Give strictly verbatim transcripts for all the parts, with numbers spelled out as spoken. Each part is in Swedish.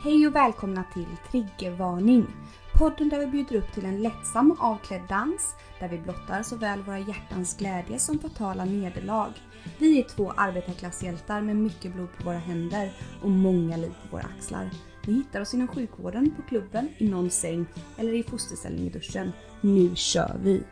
Hej och välkomna till Triggervarning. Podden där vi bjuder upp till en lättsam och avklädd dans. Där vi blottar såväl våra hjärtans glädje som fatala nederlag. Vi är två arbetarklasshjältar med mycket blod på våra händer och många liv på våra axlar. Ni hittar oss inom sjukvården, på klubben, i någon säng eller i fosterställning i duschen. Nu kör vi!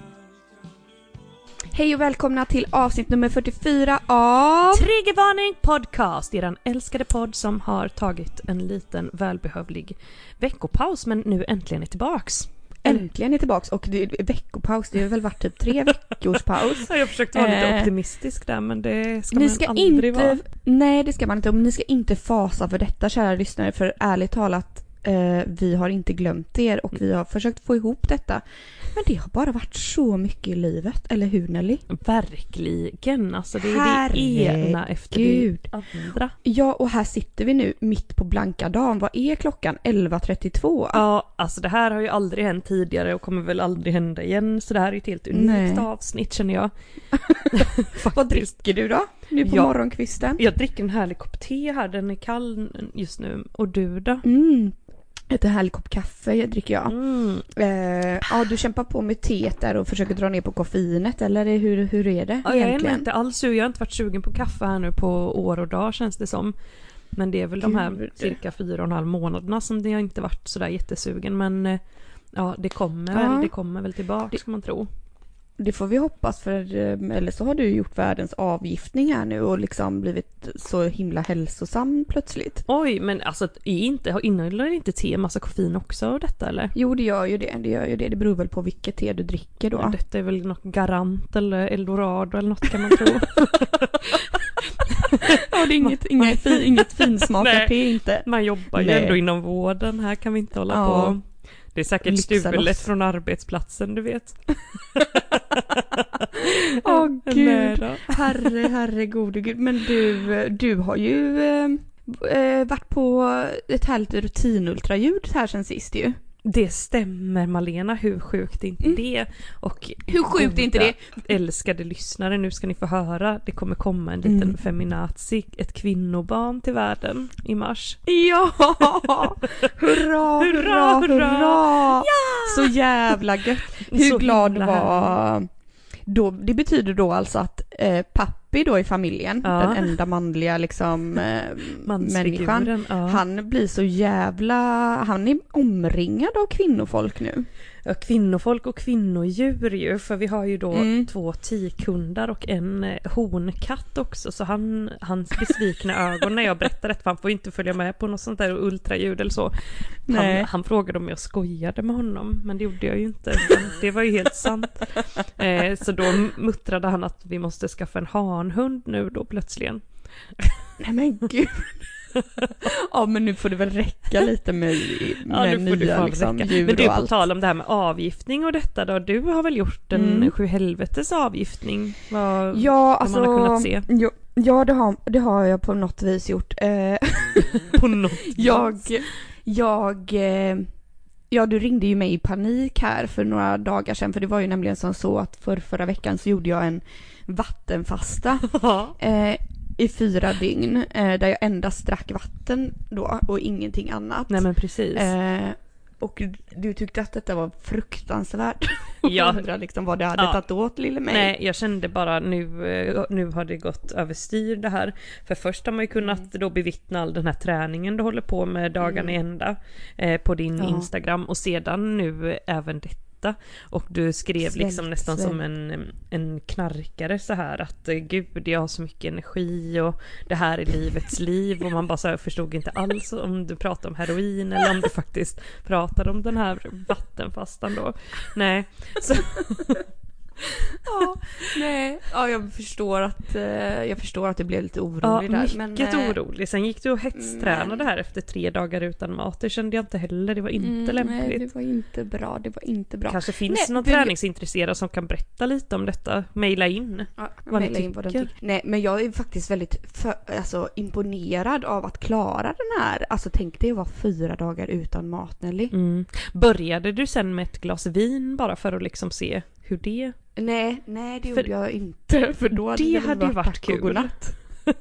Hej och välkomna till avsnitt nummer fyrtiofyra av Triggervarning podcast, eran älskade podd som har tagit en liten välbehövlig veckopaus men nu äntligen är tillbaks. Äntligen är tillbaks och det är veckopaus, det har väl varit typ tre veckors paus. Jag försökte vara lite optimistisk där, men det ska ni man ska aldrig inte, vara. Nej, det ska man inte, men ni ska inte fasa för detta, kära lyssnare, för ärligt talat eh, vi har inte glömt er och vi har försökt få ihop detta. Men det har bara varit så mycket i livet, eller hur Nelly? Verkligen, alltså det är Herregud. det ena efter det andra. Ja, och här sitter vi nu mitt på blanka dagen. Vad är klockan? elva trettiotvå. Ja, alltså det här har ju aldrig hänt tidigare och kommer väl aldrig hända igen. Så det här är ju ett helt unikt Nej. avsnitt, känner jag. Vad dricker du då? Nu på Ja. morgonkvisten? Jag dricker en härlig kopp te här, den är kall just nu. Och du då? Mm. Ett härligt kopp kaffe dricker jag. Mm. Eh, ja, du kämpar på med teet där och försöker dra ner på koffeinet, eller hur, hur är det Ja, jag egentligen? är inte alls sugen. Jag har inte varit sugen på kaffe här nu på år och dag, känns det som. Men det är väl Gud. de här cirka fyra och en halv månaderna som det har inte varit sådär jättesugen. Men eh, ja, det kommer Ja. väl, det kommer väl tillbaka, det ska man tro. Det får vi hoppas, för eller så har du gjort världens avgiftning här nu och liksom blivit så himla hälsosam plötsligt. Oj, men alltså är inte, innehåller inte te en massa koffein också och detta, eller? Jo, det gör ju det. Det gör ju det. Det beror väl på vilket te du dricker då. Men detta är väl något Garant eller Eldorado eller något, kan man tro. Ja, det är inget, inget, fin, inget finsmakat te inte. Man jobbar ju Nej. ändå inom vården. Här kan vi inte hålla Ja. på. Det är säkert Lyxa stulet loss. från arbetsplatsen, du vet. Åh Nej gud, då. herre, herre gode gud. Men du, du har ju äh, varit på ett härligt rutinultraljud här sen sist ju. Det stämmer, Malena, hur sjukt är inte Mm. det? Och Hur sjukt är inte det? Älskade lyssnare, nu ska ni få höra. Det kommer komma en liten Mm. feminazi, ett kvinnobarn till världen i mars. Ja! Hurra, hurra, hurra! Ja! Så jävla gött. Hur Så glad himla var... Då, det betyder då alltså att eh, pappi då i familjen, Ja. den enda manliga liksom eh, människan, Mansfiguren, ja. han blir så jävla... Han är omringad av kvinnofolk nu. Ja, kvinnofolk och kvinnodjur ju, för vi har ju då Mm. två tikhundar och en eh, honkatt också, så han, hans besvikna ögon när jag berättar att han får inte följa med på något sånt där ultraljud eller så. Nej. Han, han frågade om jag skojade med honom, men det gjorde jag ju inte, utan det var ju helt sant. Eh, så då muttrade han att vi måste skaffa en hanhund nu då plötsligen. Nej men gud. Ja, men nu får det väl räcka lite med, med Ja, nu får du nya fan liksom, räcka. djur Men du, och på allt. tal om det här med avgiftning och detta då, du har väl gjort en Mm. sju helvetes avgiftning? Vad, Ja, vad alltså, man har kunnat se. Jo, ja det, har, det har jag på något vis gjort. Eh, På något jag, vis. jag, eh, ja du ringde ju mig i panik här för några dagar sedan, för det var ju nämligen som så att för förra veckan så gjorde jag en vattenfasta Ja. eh, i fyra dygn eh, där jag endast drack vatten då och ingenting annat. Nej men precis. Eh, och du tyckte att detta var fruktansvärt. Ja. Jag undrar liksom vad det hade Ja. tagit åt lille mig. Nej, jag kände bara nu, eh, nu har det gått överstyr det här. För först har man ju kunnat Mm. då bevittna all den här träningen du håller på med dagarna i ända eh, på din Ja. Instagram, och sedan nu även detta. Och du skrev Svält, liksom nästan svält. som en, en knarkare så här att eh, gud, jag har så mycket energi och det här är livets liv, och man bara så här förstod inte alls om du pratade om heroin eller om du faktiskt pratade om den här vattenfastan då. Nej, så Ja, nej. Ja, jag förstår att eh, jag förstår att det blev lite ja, orolig där. mycket Men, eh, orolig. Sen gick du och hetstränade men- här efter tre dagar utan mat. Det kände jag inte heller. Det var inte mm, lämpligt. Nej, det var inte bra. Det var inte bra. Kanske finns Nej, någon vill- träningsintresserad som kan berätta lite om detta. Maila in. Ja, vad ni mejla in vad de tycker. tycker. Nej, men jag är faktiskt väldigt för, alltså, imponerad av att klara den här. Alltså tänk dig att vara fyra dagar utan mat, Nelly. Mm. Började du sen med ett glas vin bara för att liksom se hur det... Nej, nej det För gjorde jag inte. För då hade det det, väl hade ju varit tack och kul. godnatt.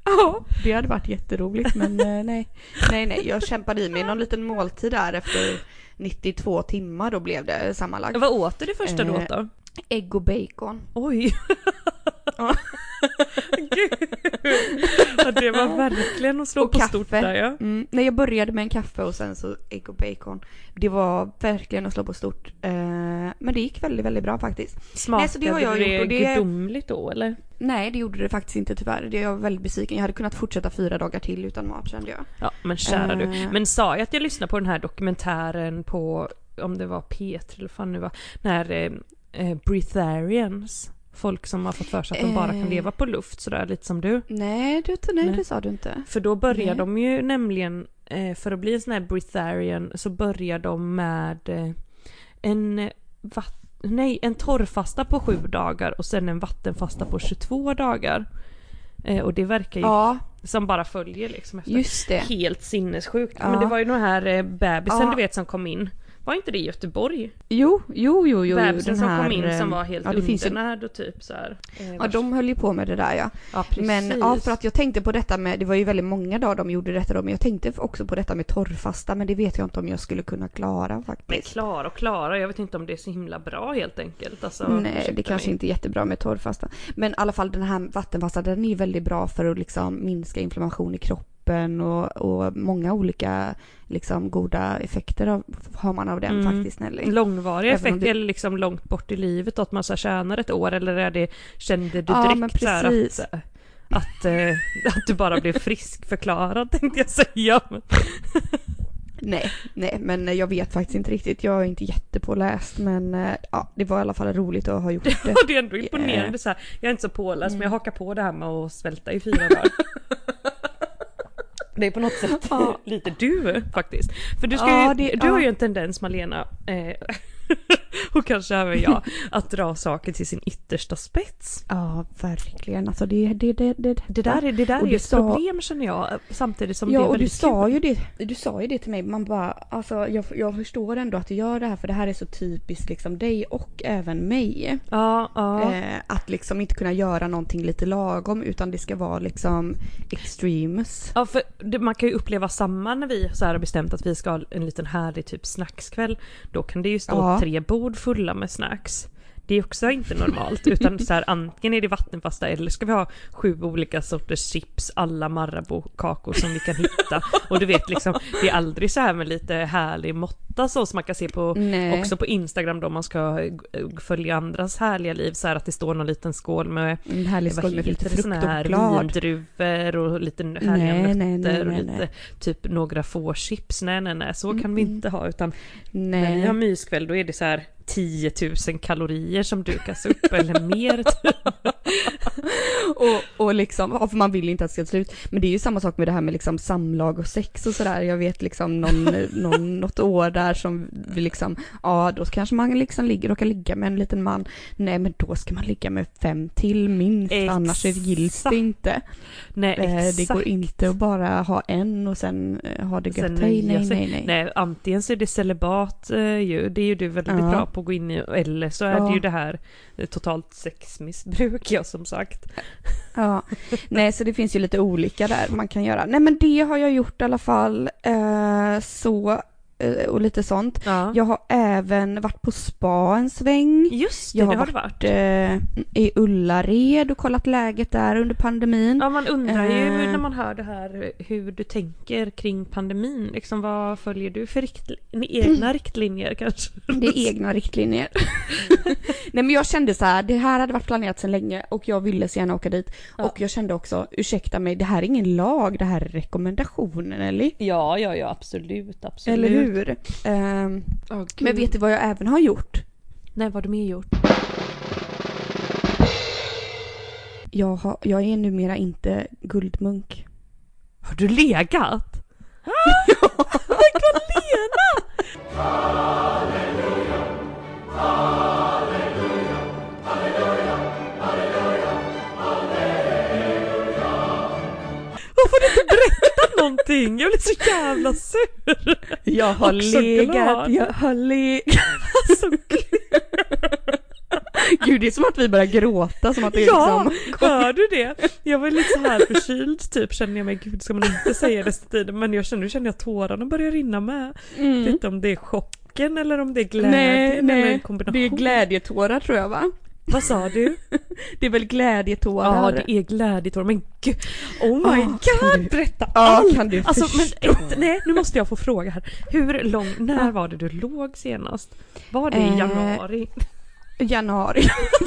Ja, det hade varit jätteroligt, men nej. Nej, nej, jag kämpade i mig någon liten måltid där efter nittiotvå timmar, då blev det sammanlagt. Vad åt du det första du åt då? Ägg och bacon. Oj. Ja. Gud. Ja, det var verkligen att slå och på kaffe. Stort där, ja. Mm, när jag började med en kaffe och sen så ägg och bacon. Det var verkligen att slå på stort. Eh, men det gick väldigt, väldigt bra faktiskt. Smakade Nej, så det har jag det gjort, och det... gudomligt då, eller? Nej, det gjorde det faktiskt inte tyvärr. Det är jag väldigt besviken. Jag hade kunnat fortsätta fyra dagar till utan mat, kände jag. Ja, men kära Eh. du. Men sa jag att jag lyssnade på den här dokumentären på, om det var P tre eller vad fan nu var, när eh, eh, breatharians, folk som har fått för sig att de bara kan Eh. leva på luft sådär, lite som du. Nej, du, nej, Nej. det sa du inte. För då börjar Nej. de ju nämligen, eh, för att bli en sån här breatharian så börjar de med eh, en vatt- nej, en torrfasta på sju dagar och sen en vattenfasta på tjugotvå dagar. Eh, och det verkar ju Ja, som bara följer liksom efter. just det. Helt sinnessjukt. Ja. Men det var ju den här eh, bebisen Ja. du vet som kom in. Var inte det i Göteborg? Jo, jo, jo, jo. Bebisen den som här, kom in som eh, var helt ja, det finns ju- undernärd och typ så här. Eh, Ja, de höll ju på med det där, ja. ja, precis. Men ja, för att jag tänkte på detta med, det var ju väldigt många dagar de gjorde detta då, men jag tänkte också på detta med torrfasta, men det vet jag inte om jag skulle kunna klara Men faktiskt. klara och klara, jag vet inte om det är så himla bra helt enkelt. Alltså, Nej, ursäkta det kanske mig. inte är jättebra med torrfasta. Men i alla fall den här vattenfastan, den är ju väldigt bra för att liksom minska inflammation i kroppen och, och många olika liksom goda effekter av, har man av den Mm. faktiskt, Nelly. Långvariga Även om effekter du- eller liksom långt bort i livet, att man så här tjänar ett år, eller är det, kände du Ja, men direkt så här precis. att, att, eh, att du bara blev frisk förklarad, tänkte jag säga. Nej, nej, men jag vet faktiskt inte riktigt. Jag är inte jättepåläst, men eh, ja, det var i alla fall roligt att ha gjort det. Och det är ändå imponerande så här. Jag är inte så påläst, Mm. men jag hakar på det här med att svälta i fyra dagar. Det är på något sätt Ja. lite du faktiskt. För du, ska Ja, ju, det- du har ja. ju en tendens, Malena, eh, och kanske även jag, att dra saker till sin yttersta spets. Ja, verkligen. Alltså det, det, det, det, Det där är, det där Och är du ett sa- problem, känner jag, samtidigt som Ja, det är och du väldigt sa kul. ju det, du sa ju det till mig, man bara, alltså jag, jag förstår ändå att du gör det här, för det här är så typiskt liksom dig och även mig. Ja, ja. Eh, att liksom inte kunna göra någonting lite lagom, utan det ska vara liksom extremes. Ja, för det, man kan ju uppleva samma när vi så här har bestämt att vi ska ha en liten härlig typ snackskväll. Då kan det ju stå Ja. tre bord fulla med snacks. Det är också inte normalt, utan så här, antingen är det vattenfasta eller ska vi ha sju olika sorters chips, alla Marabou-kakor som vi kan hitta. Och du vet liksom, det är aldrig så här med lite härlig måtta så som man kan se på, Nej. också på Instagram då man ska eh, följa andras härliga liv, så här att det står någon liten skål med En härlig det var skål med helt lite frukt såna här och choklad. vindruvor och lite härliga Nej, nötter nej, nej, och nej, lite nej. typ några få chips. Nej, nej, nej, så kan vi Mm, inte ha, utan när vi Nej. har myskväll då är det så här tio tusen kalorier som dukas upp eller mer typ. och, och liksom, ja, för man vill inte att det ska ta slut. Men det är ju samma sak med det här med liksom samlag och sex och sådär. Jag vet liksom någon, någon, något år där som vi liksom, ja då kanske man liksom ligger och kan ligga med en liten man. Nej, men då ska man ligga med fem till minst, Exakt. annars gills det inte. Nej, Eh, det exakt. går inte att bara ha en och sen eh, ha det Sen gött. Nej, nöja nej, sig. nej, nej. Nej, antingen så är det celibat eh, ju, det är ju du väldigt Ja. bra på att gå in i, eller så är Ja. det ju det här eh, totalt sexmissbruk, ja, som sagt. Ja, nej, så det finns ju lite olika där man kan göra. Nej, men det har jag gjort i alla fall. Eh, så, eh, och lite sånt. Ja. Jag har även varit på spa en sväng. Just det, Jag det har har det varit. Eh, i Ullared och kollat läget där under pandemin. Ja, man undrar ju Eh. när man hör det här hur du tänker kring pandemin. Liksom, vad följer du för riktlinjer, egna riktlinjer kanske? Det är egna riktlinjer. Nej, men jag kände så här, det här hade varit planerat sedan länge och jag ville så gärna åka dit. Ja. Och jag kände också, ursäkta mig, det här är ingen lag, det här är rekommendationen, eller? Ja, ja, ja, absolut, absolut. Eller hur? Ehm, Åh, gud. men vet du vad jag även har gjort? Nej, vad har du mer gjort? Jag, har, jag är numera inte guldmunk. Har du legat? Ja! Vad Lena! Varför har du inte berättat någonting? Jag blir så jävla sur. Jag har Också legat, glad. jag har legat. Så glad. Gud, det är som att vi börjar gråta, som att det är Ja, liksom... hör du det? Jag var lite så här förkyld typ, känner jag mig, gud ska man inte säga det tiden, men jag känner, nu känner jag tårarna börjar rinna med. Mm. Jag vet inte om det är chocken eller om det är glädje Nej, eller nej, en kombination. det är glädjetårar tror jag, va? Vad sa du? Det är väl glädjetårar? Ja, det är glädjetårar, men gud, oh my Oh, god, du, berätta ja, allt! kan du Alltså, förstå? men ett, nej, nu måste jag få fråga här. Hur lång, när var det du låg senast? Var det i Eh, januari? Januari.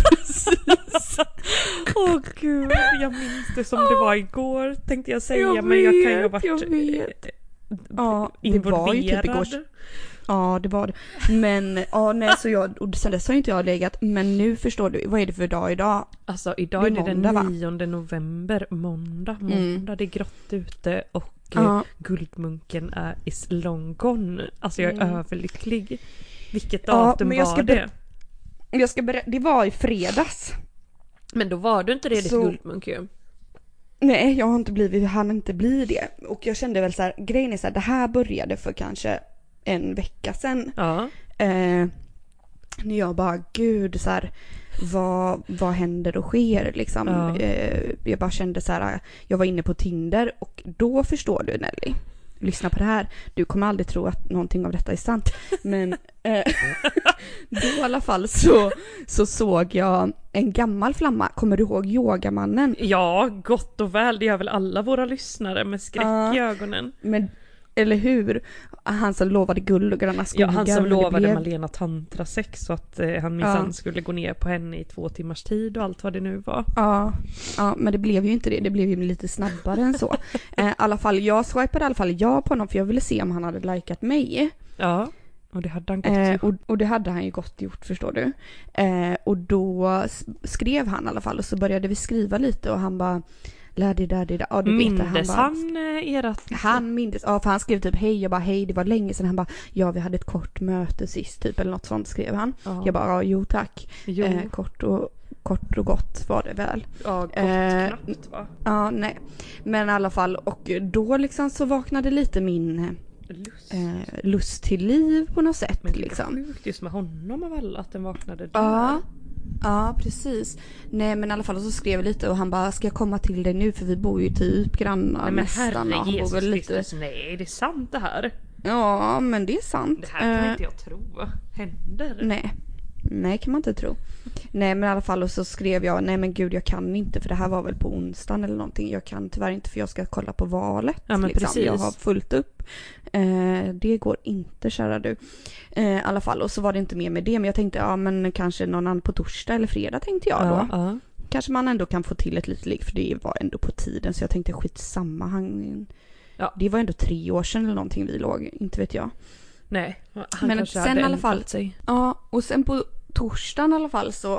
Precis. Åh oh, gud, jag minns det som det var igår, tänkte jag säga, Jag men jag kan ju ha vet, varit jag vet. Ja, det involverad. var ju typ igår. Ja, det var det. Men, ja nej, så jag, och sen dess har inte jag legat, men nu förstår du, vad är det för dag idag? Alltså idag är det, Det är den måndag, va? nionde november, måndag, måndag, Mm. det är grått ute och Ja. eh, Guldmunken är is long gone. Alltså jag är Mm. överlycklig. Vilket Ja, datum men jag var ska det? Jag ska berätta, det var i fredags. Men då var du inte det, ditt Så- guldmunk ju. Nej, jag har inte blivit, jag hann inte bli det. Och jag kände väl så här, grejen är så här, det här började för kanske en vecka sedan. Ja. Eh, när jag bara, gud så här, vad, vad händer och sker liksom. Ja. Eh, jag bara kände så här, jag var inne på Tinder och då förstår du Nelly. Lyssna på det här. Du kommer aldrig tro att någonting av detta är sant. Men eh, då i alla fall så, så såg jag en gammal flamma. Kommer du ihåg Yogamannen? Ja, gott och väl. Det gör väl alla våra lyssnare med skräck Ja. i ögonen. Men, eller hur? Han som lovade guld och gröna skogar. Ja, han som och det lovade blev- Malena tantrasex så att eh, han minsann Ja. skulle gå ner på henne i två timmars tid och allt vad det nu var. Ja, ja, men det blev ju inte det. Det blev ju lite snabbare än så. Eh, I alla fall, jag swipade i alla fall ja på honom för jag ville se om han hade likat mig. Ja, och det hade han gått Eh, gjort. och, och det hade han ju gott gjort, förstår du. Eh, och då s- skrev han i alla fall och så började vi skriva lite och han bara lärde där det där. Ja, du vet det, Mindes bara, han eh, erat? Han mindes, ja för han skrev typ hej, jag bara hej, det var länge sedan. Han bara ja vi hade ett kort möte sist typ eller något sånt skrev han. Ja. Jag bara ja, jo tack. Jo. Eh, kort, och, kort och gott var det väl. Ja, gott eh, knappt va? Ja, nej. Men i alla fall, och då liksom så vaknade lite min Lust. eh, lust till liv på något sätt Men det är liksom. sjukt just med honom av alla att den vaknade där. Ja, ja precis. Nej men i alla fall så skrev jag lite och han bara ska jag komma till dig nu för vi bor ju typ grannar Nej men nästan. herre Och han bor Jesus väl lite... Kristus, nej det är sant det här. Ja men det är sant. Det här kan Eh, inte jag tro händer. Nej. Nej kan man inte tro. Nej men i alla fall och så skrev jag nej men gud jag kan inte för det här var väl på onsdagen eller någonting. Jag kan tyvärr inte för jag ska kolla på valet. Ja, men liksom. precis. Jag har fullt upp. Eh, det går inte kära du. Eh, I alla fall och så var det inte mer med det men jag tänkte ja men kanske någon annan på torsdag eller fredag tänkte jag då. Ja, ja. Kanske man ändå kan få till ett litet ligg för det var ändå på tiden så jag tänkte skitsamma. Han, Ja. Det var ändå tre år sedan eller någonting vi låg, inte vet jag. Nej, han Men kanske sen hade i alla fall- ändrat sig. Ja, och sen på torsdagen i alla fall så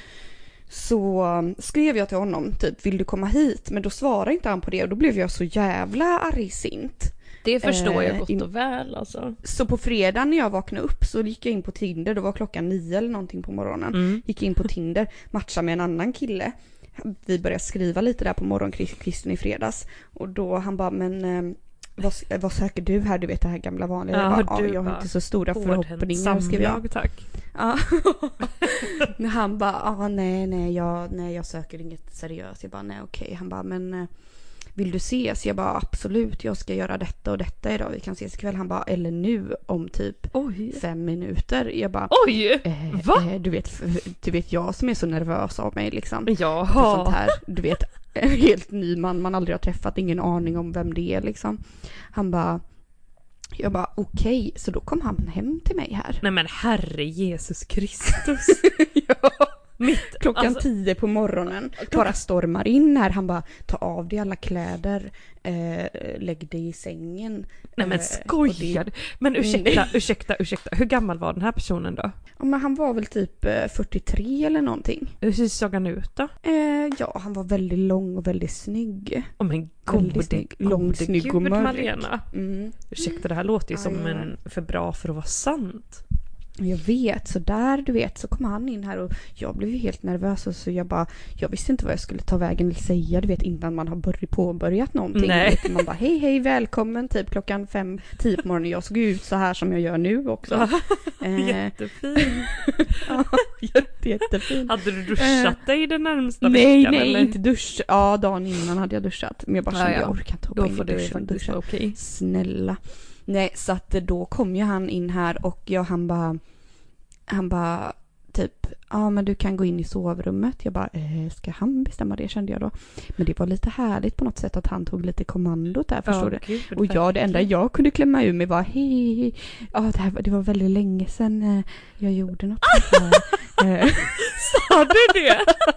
så skrev jag till honom typ vill du komma hit? Men då svarade inte han på det och då blev jag så jävla argsint. Det förstår jag Eh, gott in- och väl alltså. Så på fredagen när jag vaknade upp så gick jag in på Tinder, då var klockan nio eller någonting på morgonen. Mm. Gick in på Tinder, matchade med en annan kille. Vi började skriva lite där på morgonkvisten i fredags. Och då han bara, men eh, vad, vad söker du här? Du vet det här gamla vanliga. Ja, jag, bara, du ja, jag har bara, inte så stora Hårdhänt förhoppningar skrev jag. samlag, tack. Ja. Men han bara, ah, nej, nej, jag, nej, jag söker inget seriöst. Jag bara, nej, okej. Han bara, men eh, vill du ses? Jag bara, absolut, jag ska göra detta och detta idag. Vi kan ses ikväll. Han bara, eller nu om typ Oj. fem minuter. Jag bara, Oj! eh, Va? eh, du, vet, f- du vet jag som är så nervös av mig liksom. För sånt Jaha. här, du vet, en helt ny man man aldrig har träffat, ingen aning om vem det är liksom. Han bara, jag bara okej, så då kom han hem till mig här. Nej men herre Jesus Kristus. Ja. Mitt, Klockan alltså, tio på morgonen, bara stormar in här. Han bara, ta av dig alla kläder, eh, lägg dig i sängen. nej men Eh, skojar. och det- Men ursäkta, ursäkta, ursäkta. Hur gammal var den här personen då? Ja, men han var väl typ eh, fyrtiotre eller någonting. Hur såg han ut då? Eh, ja, han var väldigt lång och väldigt snygg. Åh men Väldigt gode, snygg. Lång, gode snygg och gud mörk. Malena. Mm. Ursäkta, det här låter ju Ja, som ja. en för bra för att vara sant. Jag vet, så där du vet så kom han in här och jag blev ju helt nervös och så jag bara, jag visste inte vad jag skulle ta vägen eller säga, du vet, innan man har börjat påbörjat någonting. Nej. Man bara, hej hej, välkommen, typ klockan fem, tio på morgonen, jag såg ut så här som jag gör nu också. eh, Jättefin. ja, jätte, jättefin. Hade du duschat Eh, dig den närmsta nej, veckan? nej, eller? inte dusch. Ja, dagen innan hade jag duschat. Men jag bara kände, Ja, ja. jag orkar inte hoppa Då in får i det duschen. faktiskt Duscha. vara okej. Snälla. Nej, så att då kom ju han in här och jag, han bara, han bara typ, ja men du kan gå in i sovrummet. Jag bara, eh, ska han bestämma det, kände jag då. Men det var lite härligt på något sätt att han tog lite kommandot där, förstår Ja, du? gud, Och jag, det enda jag kunde klämma ur mig var, hej, hej. Ja, det, här, var- det var väldigt länge sedan eh, jag gjorde något sånt här. Eh, Sa du det?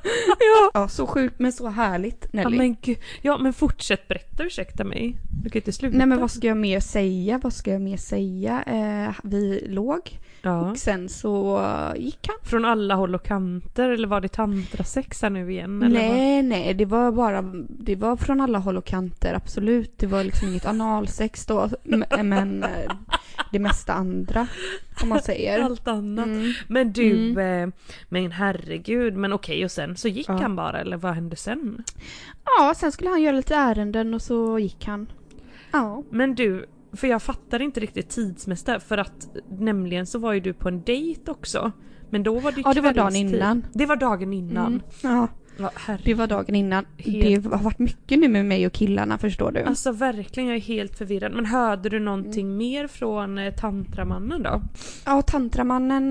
ja. ja, så sjukt men så härligt, Ja Nelly. men, gud. ja men fortsätt berätta, ursäkta mig. Du kan inte sluta. Nej men vad ska jag mer säga? Vad ska jag mer säga? Eh, vi låg Ja. och sen så uh, gick han. Från alla håll och kanter, eller var det tantrasex här nu igen? Eller Nej, nej, det var bara, det var från alla håll och kanter, absolut. Det var liksom inget analsex då, m- men eh, det mesta andra, om man vad? säger. Allt annat. Mm. Men du, Mm. eh, men herregud, men okej, och sen så gick Ja. han bara, eller vad hände sen? Ja, sen skulle han göra lite ärenden och så gick han. Ja. Men du, för jag fattar inte riktigt tidsmässigt där, för att nämligen så var ju du på en dejt också. Men då var det Ja, det var dagen kvällstid. innan. Det var dagen innan. Mm. Ja, Ja, herregud. det var dagen innan. Helt- Det har varit mycket nu med mig och killarna, förstår du. Alltså verkligen, jag är helt förvirrad. Men hörde du någonting Mm. mer från eh, tantramannen då? Ja, tantramannen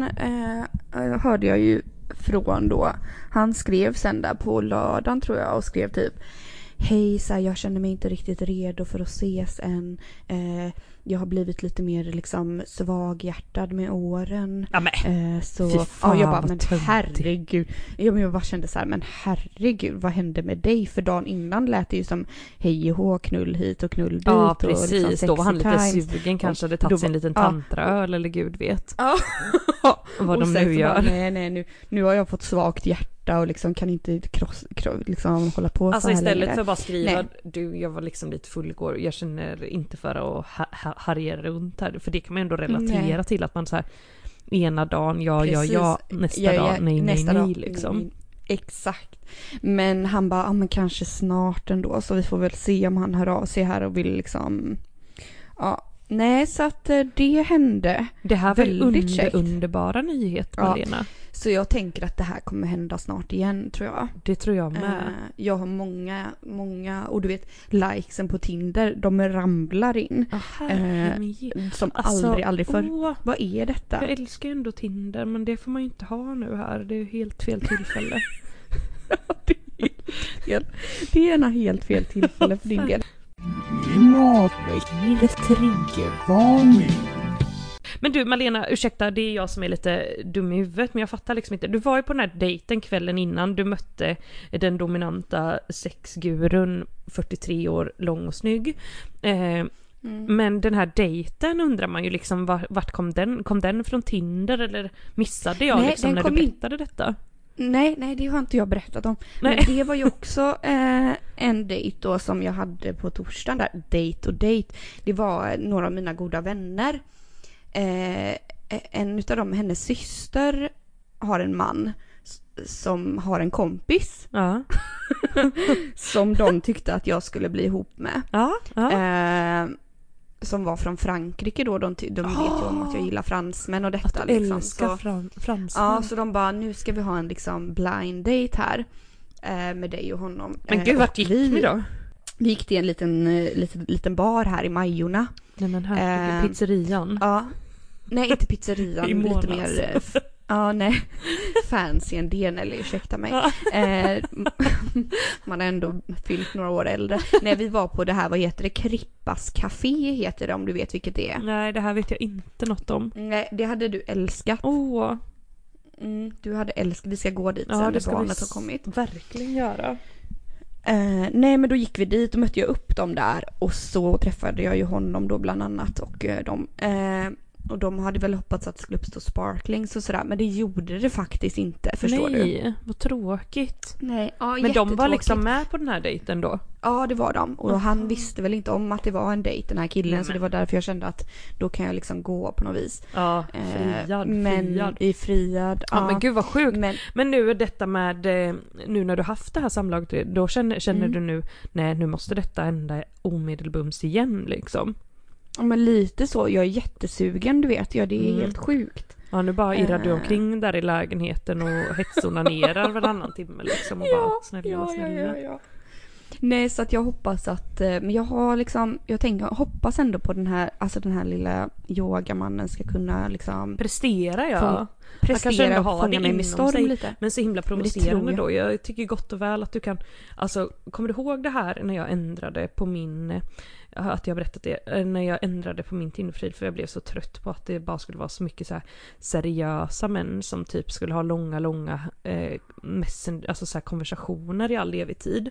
eh, hörde jag ju från då. Han skrev sen där på lördagen tror jag och skrev typ, hej, så här, jag känner mig inte riktigt redo för att ses än. Eh, jag har blivit lite mer liksom svaghjärtad med åren. Ja men, Eh, så Fy fan, ja, jag bara, vad men töntigt. herregud. Ja, men jag bara kände så här, men herregud, vad hände med dig? För dagen innan lät det ju som hej och hå, knull hit och knull dit. ja och liksom precis, då var han lite sexy times. sugen, kanske hade då tagit sig en var- liten ja. tantraöl eller gud vet. Ja. Vad Och de sen nu så gör. Bara, nej, nej, nu, nu har jag fått svagt hjärta och liksom kan inte kross, kross, liksom hålla på Alltså så här istället längre. för att bara skriva, Nej. du jag var liksom lite full igår, jag känner inte för att ha, ha, harja runt här, för det kan man ändå relatera Nej. till att man så här ena dagen ja, ja, Precis. ja, nästa Ja, ja, dag nej, nästa nej, dag, nej liksom. nej, nej. Exakt. Men han bara, ja men kanske snart ändå, så vi får väl se om han hör av sig här och vill liksom, ja. Nej, så att eh, det hände. Det här var Väldigt under, käckt. underbara nyhet, Ja. Malena. Så jag tänker att det här kommer hända snart igen, tror jag. Det tror jag med. Eh, jag har många, många, och du vet, likesen på Tinder, de ramlar in. Ja, herregud. Som Alltså, aldrig, aldrig förr. åh, Vad är detta? jag älskar ju ändå Tinder, men det får man ju inte ha nu här. Det är ju helt fel tillfälle. det, är helt fel. det är en helt fel tillfälle för din del. Klimatväckningens triggervarning. Men du Malena, ursäkta, det är jag som är lite dum i huvudet, men jag fattar liksom inte. Du var ju på den här dejten kvällen innan du mötte den dominanta sexgurun, fyrtiotre år lång och snygg. Eh, Mm. Men den här dejten undrar man ju liksom, var- vart kom den? Kom den från Tinder eller missade jag Nej, liksom den när du kom in- berättade detta? Nej, nej, det har inte jag berättat om. Nej. Men det var ju också eh, en dejt då som jag hade på torsdagen där. Dejt och dejt. Det var några av mina goda vänner. Eh, en utav dem, hennes syster, har en man s- som har en kompis Ja, som de tyckte att jag skulle bli ihop med. ja, ja. Eh, som var från Frankrike då. De, ty- de vet ju om att jag gillar fransmän och detta. Att du liksom. älskar Så, fran- fransmän. ja, så de bara, nu ska vi ha en liksom blind date här. Eh, med dig och honom. Men Eh, gud, och vart gick vi, ni då? Vi gick till en liten, eh, liten, liten bar här i Majorna. Nej men herregud, Eh, pizzerian. Ja. Nej, inte pizzerian. I lite Månads. mer... eh, f- Ja, nej. Fancy en del, eller ursäkta mig. Ja. Eh, man har ändå fyllt några år äldre. Nej, vi var på det här, vad heter det? Krippas Café heter det, om du vet vilket det är. Nej, det här vet jag inte något om. Nej, det hade du älskat. Åh, Mm, du hade älskat, vi ska gå dit ja, sen det när ska vi barnet har s- kommit. verkligen göra. Eh, nej, men då gick vi dit och mötte jag upp dem där och så träffade jag ju honom då bland annat och eh, dem. Eh, Och de hade väl hoppats att det skulle uppstå sparklings och sådär. Men det gjorde det faktiskt inte, förstår Nej, du? Nej, vad tråkigt. Nej, ja, men de var liksom med på den här dejten då? Ja, det var de. Och Aha. han visste väl inte om att det var en dejt, den här killen. Nej, så det var därför jag kände att då kan jag liksom gå på något vis. Ja, friad, eh, men friad. i friad. Ja, ja, men gud vad sjukt. Men, men nu är detta med, nu när du haft det här samlaget, då känner, känner mm. du nu, nej nu måste detta hända omedelbums igen liksom. Ja, men lite så. Jag är jättesugen, du vet. Ja, det är Mm. helt sjukt. Ja, nu bara irrar du Äh. omkring där i lägenheten och hetsonanerar varannan timme liksom och bara snälla, ja, snälla. Ja, ja, ja. Nej, så att jag hoppas att, men jag har liksom, jag tänker, hoppas ändå på den här, alltså den här lilla yogamannen ska kunna liksom Prestera, ja. Få, prestera och fånga mig med storm sig, lite. Men så himla Men provocerande jag. då. Jag tycker gott och väl att du kan, alltså kommer du ihåg det här när jag ändrade på min, att jag berättat det, när jag ändrade på min Tinderprofil för jag blev så trött på att det bara skulle vara så mycket så här seriösa män som typ skulle ha långa, långa eh, messen, alltså så här konversationer i all evig tid.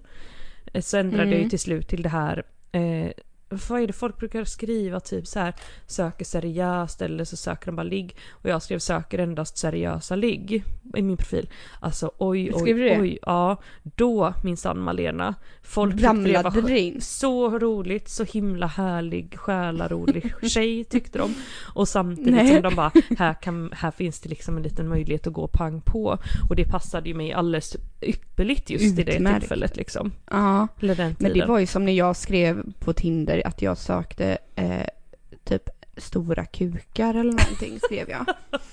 Så ändrade Mm. jag ju till slut till det här, eh, vad är det folk brukar skriva, typ så här söker seriöst eller så söker de bara ligg, och jag skrev söker endast seriösa ligg i min profil. Alltså oj oj det? oj, ja då minsann Malena, folk tyckte det Ramlade var det in? så roligt, så himla härlig, själarolig tjej tyckte de, och samtidigt Nej. som de bara här, kan, här finns det liksom en liten möjlighet att gå pang på, och det passade ju mig alldeles ypperligt just i det Utmärkt. tillfället liksom. Ja, Eller den men tiden. det var ju som när jag skrev på Tinder att jag sökte eh, typ stora kukar eller någonting, skrev jag.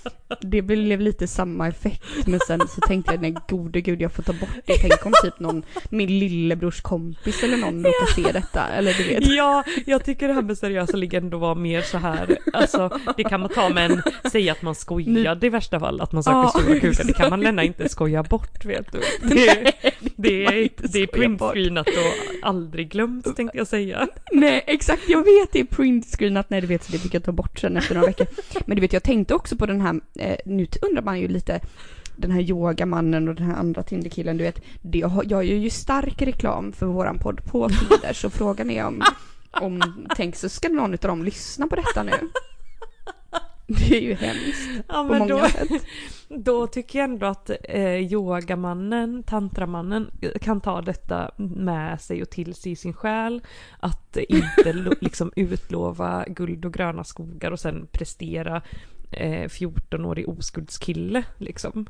Det blev lite samma effekt, men sen så tänkte jag, nej gode gud, jag får ta bort det. Tänk om typ någon, min lillebrors kompis eller någon råkar se detta, eller du vet. Ja, jag tycker det här med seriösa ligg ändå var mer så här, alltså det kan man ta, men säga att man skojade i värsta fall, att man söker Ja, stora kukar, det kan man lämna inte skoja bort, vet du. Det, är- det, man är, inte det är skoja bort. printscreenat och aldrig glömt, tänkte jag säga. Nej, exakt, jag vet, det är printscreenat, nej du vet, så det fick jag ta bort sen efter några veckor. Men du vet, jag tänkte också på den här, eh, nu undrar man ju lite, den här yogamannen och den här andra Tinderkillen, du vet, det, jag, jag gör ju stark reklam för våran podd på Tinder, så frågan är om, om tänk så ska någon av dem lyssna på detta nu. Det är ju hemskt Ja, på men många då, sätt. då tycker jag ändå att eh, yogamannen, tantramannen kan ta detta med sig och till sig i sin själ, att inte lo, liksom utlova guld och gröna skogar och sen prestera eh, fjorton-årig oskuldskille liksom.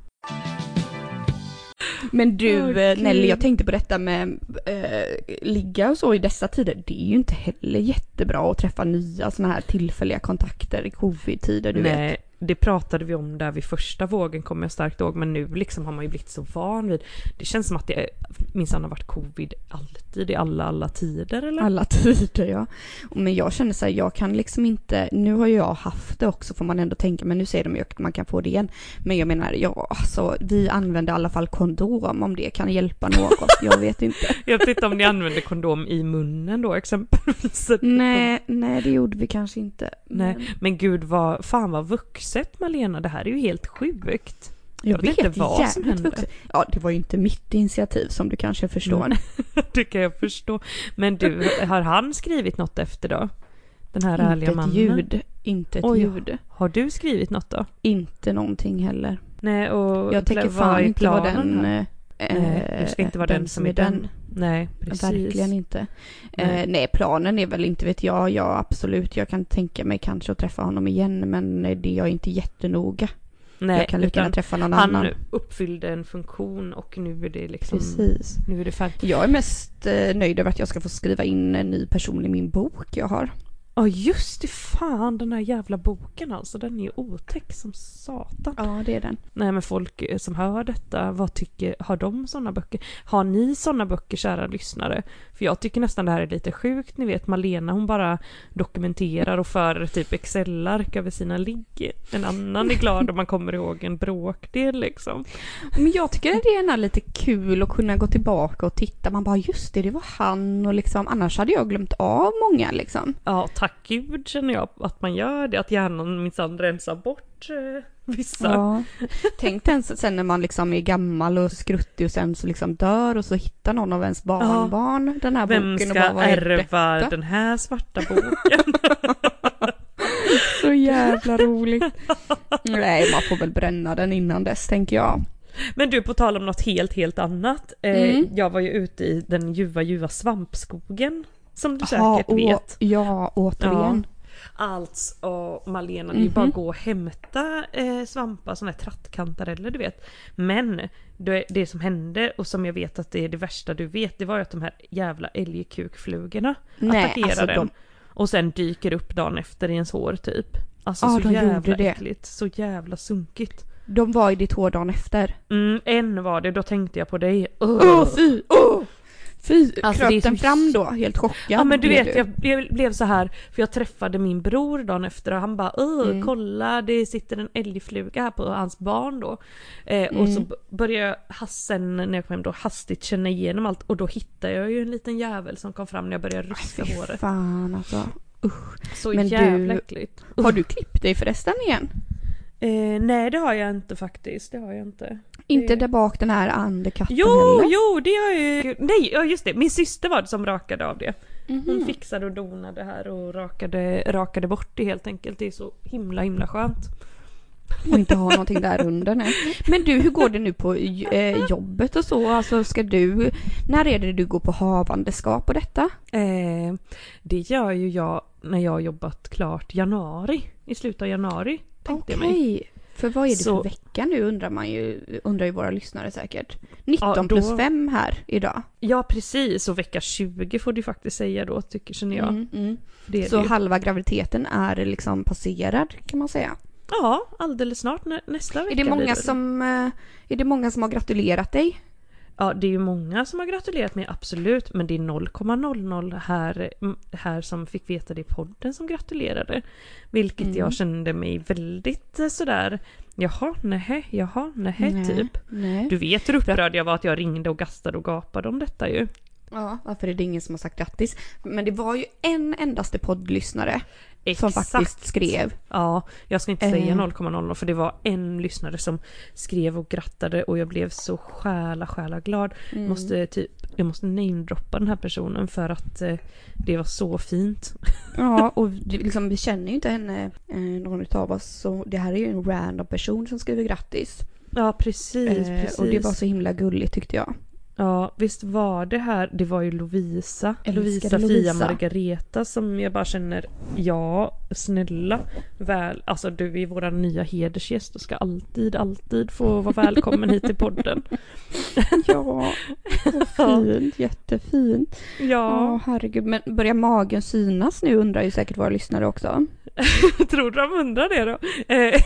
Men du, Åh, eh, Gud. Nelly, jag tänkte på detta med eh, ligga och så i dessa tider. Det är ju inte heller jättebra att träffa nya såna här tillfälliga kontakter i covid-tider, du Nej, vet. det pratade vi om där vid första vågen, kommer jag starkt ihåg, men nu liksom har man ju blivit så van vid. Det känns som att det minsann har varit covid alltid i alla alla tider, eller? Alla tider, ja. Men jag känner så här, jag kan liksom inte, nu har ju jag haft det också, får man ändå tänka, men nu säger de ju att man kan få det igen. Men jag menar, ja, alltså, vi använder i alla fall kondom, om det kan hjälpa något, jag vet inte. Jag vet inte om ni använder kondom i munnen då exempelvis. Nej, nej, det gjorde vi kanske inte. Nej, Men men gud, vad, fan vad vuxet Malena, det här är ju helt sjukt. jag vet inte vad som jävligt hände. vuxet. Ja, det var ju inte mitt initiativ som du kanske förstår. Mm. Det kan jag förstå. Men du, har han skrivit något efter då? Den här ärliga Inte ett mannen? ljud, inte ett Oj. ljud. Har du skrivit något då? Inte någonting heller. Nej, och Jag tänker vad fan är inte vara planen den... här? eh, Nej, du ska inte vara den, som är den. Nej, precis. Verkligen inte. Nej. Eh, nej, planen är väl inte, vet jag, ja absolut, jag kan tänka mig kanske att träffa honom igen, men det är jag inte jättenoga. Nej, jag kan lika utan gärna träffa någon han annan. uppfyllde en funktion och nu är det liksom... Precis. Nu är det färdigt. Jag är mest eh, nöjd över att jag ska få skriva in en ny person i min bok jag har. Ja, just det, fan, den här jävla boken alltså, den är ju otäck som satan. Ja, det är den. Nej, men folk som hör detta, vad tycker, har de såna böcker? Har ni såna böcker, kära lyssnare? För jag tycker nästan det här är lite sjukt, ni vet, Malena, hon bara dokumenterar och för typ Excel-ark över sina ligg. En annan är glad om man kommer ihåg en bråkdel liksom. Men jag tycker att det är lite kul att kunna gå tillbaka och titta. Man bara, just det, det var han och liksom, annars hade jag glömt av många liksom. Ja, tack gud känner jag att man gör det, att hjärnan minsann rensar bort eh, vissa. Ja. Tänk den sen när man liksom är gammal och skruttig och sen så liksom dör och så hittar någon av ens barnbarn ja. den här Vem boken. ska och bara, vad är ärva detta? den här svarta boken? Så jävla jävla roligt. Nej, man får väl bränna den innan dess, tänker jag. Men du, på tal om något helt, helt annat. Mm. Eh, jag var ju ute i den ljuva, ljuva svampskogen. Som du Aha, säkert å, vet. Ja, återigen. Ja. Alltså, Malena, det är Mhm. ju bara att gå och hämta eh, svampar, sådana här trattkantareller, du vet. Men det, det som hände, och som jag vet att det är det värsta du vet, det var ju att de här jävla älgkukflugorna Nej, attackerar alltså den. de- Och sen dyker upp dagen efter i ens hår typ. Alltså Ja, så de jävla gjorde det. äckligt, så jävla sunkigt. De var i ditt hår dagen efter. Mm, en var det, då tänkte jag på dig. Åh, oh, fy! Oh. Fy! Alltså, det är Kröp den så- fram då, helt chockad. Ja, men du blev vet, jag, jag blev så här, för jag träffade min bror dagen efter och han bara, åh, Mm. kolla, det sitter en älgfluga här på hans barn då. Eh, och Mm. så b- började jag hassen när jag kom hem då hastigt känna igenom allt, och då hittade jag ju en liten jävel som kom fram när jag började ryssa Fy håret. fan alltså. Usch. Så Men jävla du- äckligt. Har du klippt dig förresten igen? Eh, nej, det har jag inte faktiskt, det har jag inte. Inte Det- där bak den här andekatten Jo, heller? jo, det har jag ju. Nej, ja just det, min syster var det som rakade av det. Hon Mhm. fixade och donade här och rakade, rakade bort det helt enkelt. Det är så himla himla skönt. Och inte ha någonting där under, nej. Men du, hur går det nu på eh, jobbet och så? Alltså ska du, när är det du går på havandeskap och detta? Eh, det gör ju jag när jag har jobbat klart januari. I slutet av januari tänkte jag mig. Okej, för vad är det Så- för vecka nu undrar man ju, undrar ju våra lyssnare säkert. nitton Ja, då- plus fem här idag. Ja precis, och vecka tjugo får du faktiskt säga då, tycker känner jag. Mm, mm. Det är Så det ju. halva graviditeten är liksom passerad kan man säga. Ja, alldeles snart nä, nästa vecka Är det blir många det. som, eh, är det många som har gratulerat dig? Ja, det är ju många som har gratulerat mig, absolut. Men det är noll komma noll noll här, mm, här som fick veta det i podden som gratulerade. Vilket Mm. jag kände mig väldigt eh, sådär, jaha, nej, jaha, nej, Nej, typ. Nej. Du vet hur upprörd jag var att jag ringde och gastade och gapade om detta ju. Ja, varför är det ingen som har sagt grattis? Men det var ju en endaste poddlyssnare som Exakt. faktiskt skrev. Ja, jag ska inte säga Eh. noll komma noll noll för det var en lyssnare som skrev och grattade och jag blev så själa, själa glad. Mm. Måste typ, jag måste namedroppa den här personen för att eh, det var så fint. Ja, och det- liksom, vi känner ju inte henne, eh, någon utav oss, så det här är ju en random person som skriver grattis. Ja, precis, Eh, precis. och det var så himla gulligt tyckte jag. Ja, visst var det här, det var ju Lovisa, Älskade Lovisa, Lovisa. Fia Margareta som jag bara känner, ja, snälla, väl, alltså du är våra nya hedersgäst och ska alltid, alltid få vara välkommen hit till podden. Ja, så fint, jättefint. Ja, Ja, herregud. Men börjar magen synas nu undrar ju säkert våra lyssnare också. tror du de undrar det då? Eh,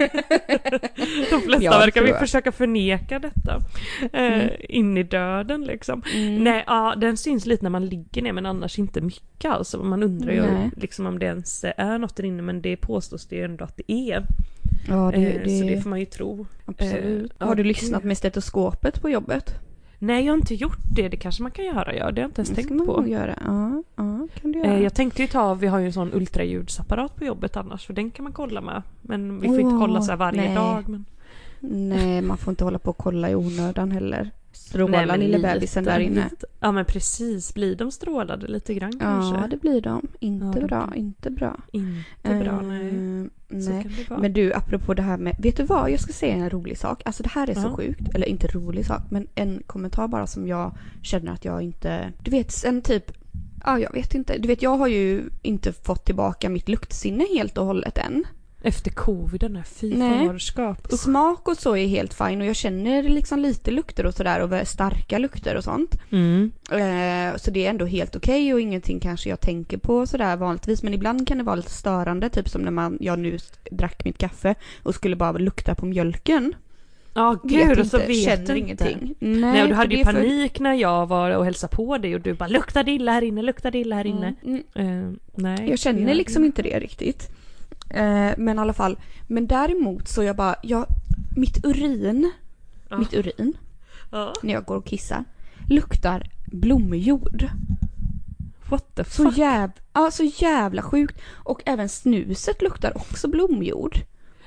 de flesta Ja, verkar tror vi jag. försöka förneka detta. Eh, Mm. In i döden liksom. Mm. Nej, ja, den syns lite när man ligger ner men annars inte mycket alltså. Man undrar ju Nej. liksom om det ens är något där inne, men det påstås det ju ändå att det är. Ja, det, Eh, det, Så det får man ju tro. absolut. eh, Har du ja, lyssnat med stetoskopet på jobbet? Nej, jag har inte gjort det. Det kanske man kan göra. Ja, det har jag inte ens Det ska tänkt man på. nog göra. Ja, ja, kan du göra. Eh, Jag tänkte ju ta, vi har ju en sån ultraljudsapparat på jobbet annars, för den kan man kolla med. Men vi får Åh, inte kolla så här varje nej. dag. Men... Nej, man får inte hålla på och kolla i onödan heller. Stråla Nej, men lille lite, bebisen där inne. lite. Ja, men precis. Blir de strålade lite grann Ja, kanske? det blir de. Inte Ja, bra, det- inte bra. Inte bra, nej. Eh, Så nej. kan det vara. Men du, apropå det här med, vet du vad, jag ska säga en rolig sak. Alltså det här är så Ja. sjukt, eller inte rolig sak, men en kommentar bara som jag känner att jag inte, du vet sen typ, ja jag vet inte, du vet jag har ju inte fått tillbaka mitt luktsinne helt och hållet än. Efter coviden, är fy Nej. faderskap. Smak och så är helt fine och jag känner liksom lite lukter och sådär och starka lukter och sånt. Mm. Eh, så det är ändå helt okej och ingenting kanske jag tänker på sådär vanligtvis, men ibland kan det vara lite störande, typ som när man, jag nu drack mitt kaffe och skulle bara lukta på mjölken. Ja, Vet gud, och inte, så vet känner du ingenting. inte. Nej, Nej, och du för hade det ju är för- panik när jag var och hälsade på dig och du bara luktar det illa här inne, luktar det illa här inne. Mm, mm. Eh, nej. Jag känner det- liksom inte det riktigt. Eh, men i alla fall, men däremot så jag bara, jag, mitt urin, Ja. mitt urin, Ja. när jag går och kissar, luktar blomjord. What the Så, fuck? jäv, ja, så jävla sjukt. Och även snuset luktar också blomjord.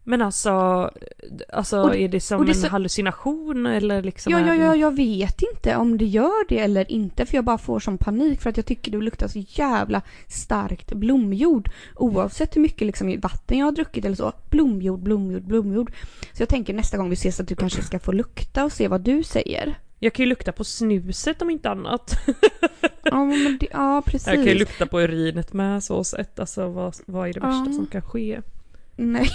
Men alltså, alltså det, är det som det en så... hallucination eller liksom? Ja, ja, ja, det... jag vet inte om det gör det eller inte, för jag bara får som panik för att jag tycker det luktar så jävla starkt blomjord. Oavsett hur mycket liksom vatten jag har druckit eller så. Blomjord, blomjord, blomjord. Så jag tänker nästa gång vi ses att du kanske ska få lukta och se vad du säger. Jag kan ju lukta på snuset om inte annat. Ja, men det, ja precis. Jag kan ju lukta på urinet med så sätt. Alltså vad, vad är det värsta ja. som kan ske? Nej,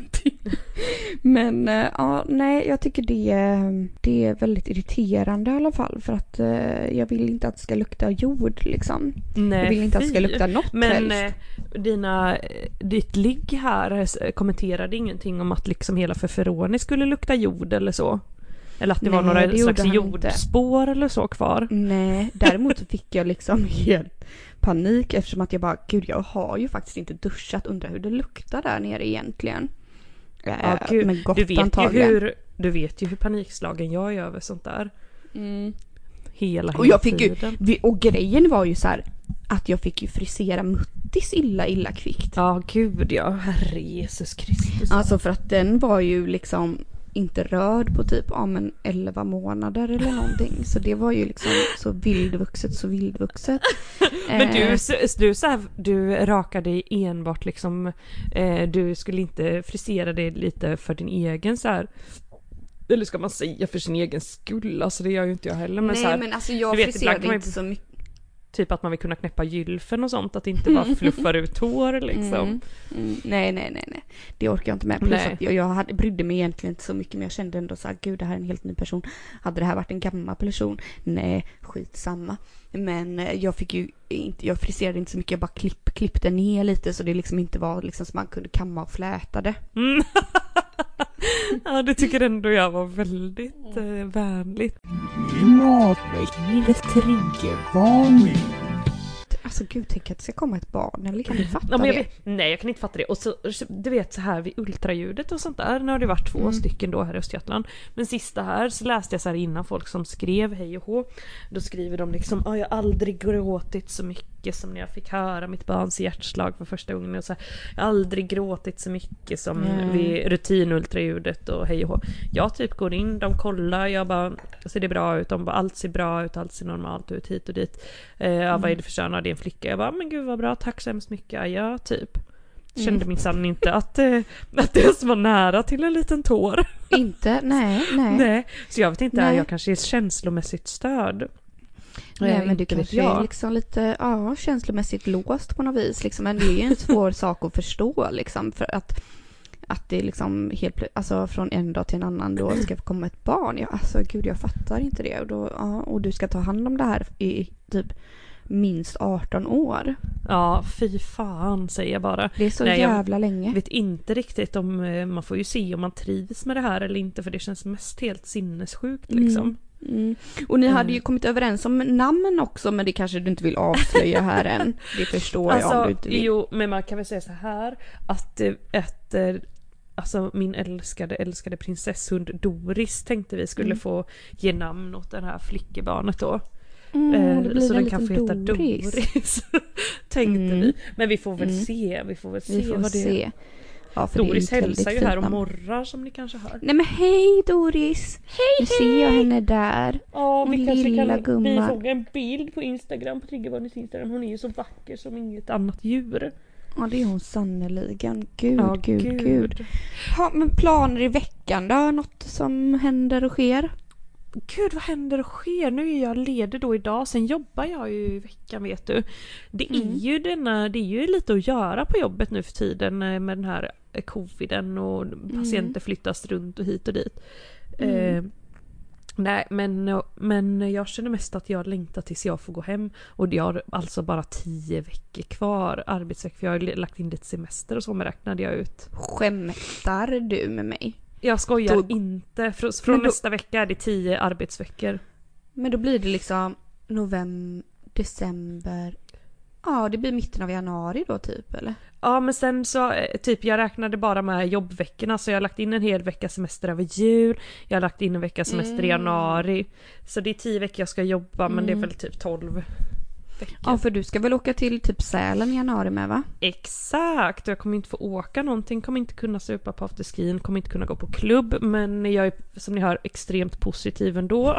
men ja, nej, jag tycker det, det är väldigt irriterande i alla fall, för att eh, jag vill inte att det ska lukta jord liksom. Nej, jag vill inte fy. att det ska lukta något men helst. Eh, dina, ditt ligg här kommenterade ingenting om att liksom hela Feferoni skulle lukta jord eller så. Eller att det Nej, var några det slags gjorde han jordspår inte. Eller så kvar. Nej, däremot så fick jag liksom helt panik eftersom att jag bara, gud jag har ju faktiskt inte duschat, undrar hur det luktar där nere egentligen. Ja, äh, gud, men gott du vet antagligen. ju hur, du vet ju hur panikslagen jag är över sånt där. Mm. Hela, hela och jag fick tiden. Ju, och grejen var ju så här att jag fick ju frisera muttis illa illa kvickt. Ja, gud ja, herre Jesus Kristus. Alltså för att den var ju liksom inte rörd på typ ja, men elva månader eller någonting. Så det var ju liksom så vildvuxet, så vildvuxet. Men du, du, så här, du rakade dig enbart liksom, eh, du skulle inte frisera dig lite för din egen så här, eller ska man säga för sin egen skull, alltså det gör ju inte jag heller. Men Nej, så här, men alltså jag vet, friserade man, inte så mycket. Typ att man vill kunna knäppa gylfen och sånt, att det inte bara fluffar ut hår liksom. Mm. Mm. Nej, nej, nej, nej. Det orkar jag inte med. Plus Nej. att jag, jag hade, brydde mig egentligen inte så mycket, men jag kände ändå så här, gud det här är en helt ny person. Hade det här varit en gammal person? Nej, skitsamma. Men jag fick ju inte, jag friserade inte så mycket, jag bara klipp, klippte ner lite så det liksom inte var liksom så man kunde kamma och fläta det. Mm. Ja, det tycker ändå jag var väldigt eh, vänligt. Klimatväckningens triggervarning. Alltså gud, tänk att det ska komma ett barn, eller kan du fatta Ja, men jag det? vet, nej, jag kan inte fatta det. Och så, du vet så här vid ultraljudet och sånt där, nu har det varit två Mm. stycken då här i Östergötland. Men sista här så läste jag så här innan folk som skrev hej och hå. Då skriver de liksom, ah, jag har aldrig gråtit så mycket som när jag fick höra mitt barns hjärtslag för första gången. Och så här, jag har aldrig gråtit så mycket som Mm. vid rutinultraljudet och hej och hå. Jag typ går in, de kollar, jag bara, ser det bra ut? De bara, allt ser bra ut, allt ser normalt ut hit och dit. Eh, ja, vad är det för kön? Det är en flicka. Jag bara, men gud vad bra, tack så hemskt mycket. Ja, typ. Kände Mm. minsann inte att, eh, att det ens var nära till en liten tår. Inte, nej, nej. Nej, så jag vet inte, Nej. jag kanske är känslomässigt störd. Nej, Eh, men du inte vet kanske jag. är liksom lite ja, känslomässigt låst på något vis. Liksom. Men det är ju en svår sak att förstå. Liksom, för att, att det liksom helt plö- alltså, från en dag till en annan då ska komma ett barn. Ja, alltså gud, jag fattar inte det. Och, då, ja, och du ska ta hand om det här i typ minst arton år. Ja, fy fan säger jag bara. Det är så Nej, jag jävla länge. vet inte riktigt om, eh, man får ju se om man trivs med det här eller inte, för det känns mest helt sinnessjukt liksom. Mm. Mm. Och ni hade ju kommit överens om namn också, men det kanske du inte vill avslöja här än. Det förstår jag om Alltså, du inte vill. jo, men man kan väl säga så här att eh, ett, eh, alltså min älskade, älskade prinsesshund Doris tänkte vi skulle Mm. få ge namn åt det här flickebarnet då. Mm, Eh, det blir så en den kan få heta liten Doris. Tänkte Mm. vi. Men vi får väl Mm. se, vi får väl se Vi får vad det se. är. Ja, för Doris det är ett hälsar ju väldigt här fint och namn. morrar som ni kanske hör. Nej men hej Doris! Hej Nu ser jag henne där. Ja, vi Min kanske lilla kan gumman. bifoga en bild på Instagram, på Triggervarnings Instagram. Hon är ju så vacker som inget annat djur. Ja, det är hon sannoliken. Gud, Ja, gud, gud, gud. Ja, men planer i veckan då? Något som händer och sker? Gud, vad händer och sker? Nu är jag ledig då idag, sen jobbar jag ju i veckan, vet du. Det är Mm. ju denna, det är ju lite att göra på jobbet nu för tiden eh, med den här eh, coviden och patienter flyttas runt och hit och dit. Mm. Eh, nej, men, men jag känner mest att jag längtar tills jag får gå hem. Och jag har alltså bara tio veckor kvar arbetsveckor, för jag har lagt in lite semester och så med räknade jag ut. Skämtar du med mig? Jag skojar Då- inte. Från, från då- nästa vecka är det tio arbetsveckor. Men då blir det liksom november, december. Ja, det blir mitten av januari då typ, eller? Ja, men sen så eh, typ jag räknade bara med jobbveckorna, så jag har lagt in en hel vecka semester över jul. Jag har lagt in en vecka semester i Mm. januari. Så det är tio veckor jag ska jobba, men det är Mm. väl typ tolv. veckor. Ja, för du ska väl åka till typ Sälen i januari med, va? Exakt, jag kommer inte få åka någonting, kommer inte kunna supa på afterskin, kommer inte kunna gå på klubb, men jag är, som ni hör, extremt positiv ändå.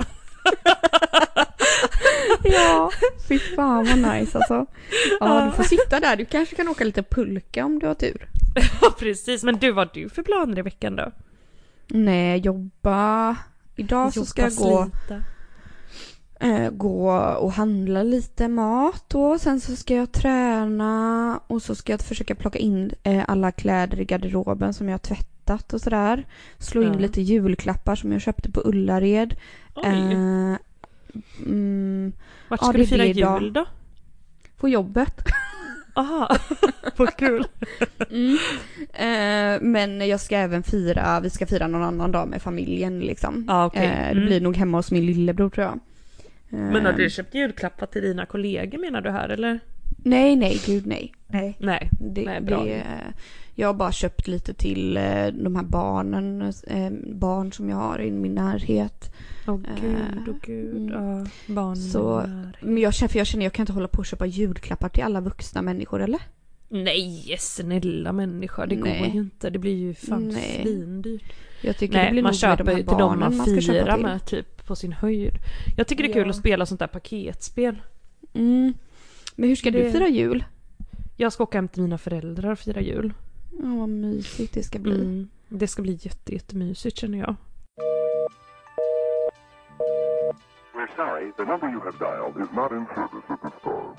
Ja, fy fan vad nice alltså. Ja, du får sitta där, du kanske kan åka lite pulka om du har tur. Ja, precis, men du, vad har du för planer i veckan då? Nej, jobba. Idag så ska jag gå, äh, gå och handla lite mat då. Sen så ska jag träna och så ska jag försöka plocka in äh, alla kläder i garderoben som jag har tvättat och sådär. Slå in ja. lite julklappar som jag köpte på Ullared. Äh, mm, Vart ja, ska det du fira blir idag. jul då? På jobbet. Aha, vad kul. Mm. Eh, men jag ska även fira, vi ska fira någon annan dag med familjen liksom. Ah, okay. eh, det mm. blir nog hemma hos min lillebror tror jag. Eh, Men har du köpt julklappar till dina kollegor menar du här eller? Nej, nej, gud nej. Nej, Nej, det, nej bra. det, jag har bara köpt lite till eh, de här barnen, eh, barn som jag har i min närhet. Åh oh, gud, åh oh, gud. Mm. Ja, barn Så, men jag känner, för jag känner jag kan inte hålla på och köpa julklappar till alla vuxna människor, eller? Nej, snälla människor, det Nej. går ju inte. Det blir ju fan Nej. svindyrt. Jag tycker Nej, det blir man nog köper med de ju här till dem barnen man ska köpa firar till. med typ på sin höjd. Jag tycker det är Ja. kul att spela sånt där paketspel. Mm. Men hur ska Det- du fira jul? Jag ska åka hem till mina föräldrar och fira jul. Ja, vad mysigt det ska bli. Mm. Det ska bli jätte, jättemysigt känner jag. We're sorry, the number you have dialed is not in service at this time.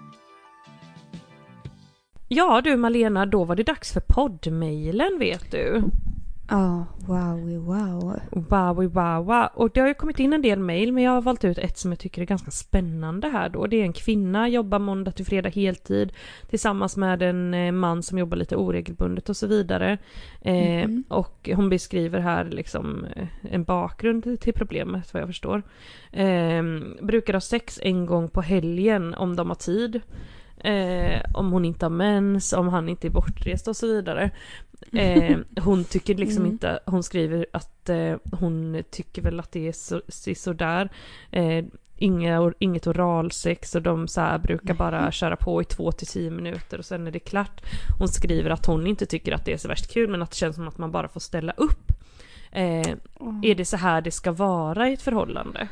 Ja du Malena, då var det dags för poddmailen vet du. Ja, wow, wow. Wow, wow, wow. Och det har ju kommit in en del mejl, men jag har valt ut ett som jag tycker är ganska spännande här då. Det är en kvinna, jobbar måndag till fredag heltid tillsammans med en eh, man som jobbar lite oregelbundet och så vidare. Eh, Mhm. Och hon beskriver här liksom eh, en bakgrund till problemet vad jag förstår. Eh, brukar ha sex en gång på helgen om de har tid. Eh, om hon inte har mens, om han inte är bortrest och så vidare. Eh, hon tycker liksom Mm. inte, hon skriver att eh, hon tycker väl att det är så, så, så där. Eh, inga, inget oralsex och de så här brukar bara köra på i två till tio minuter och sen är det klart. Hon skriver att hon inte tycker att det är så värst kul men att det känns som att man bara får ställa upp. Eh, Oh. Är det så här det ska vara i ett förhållande?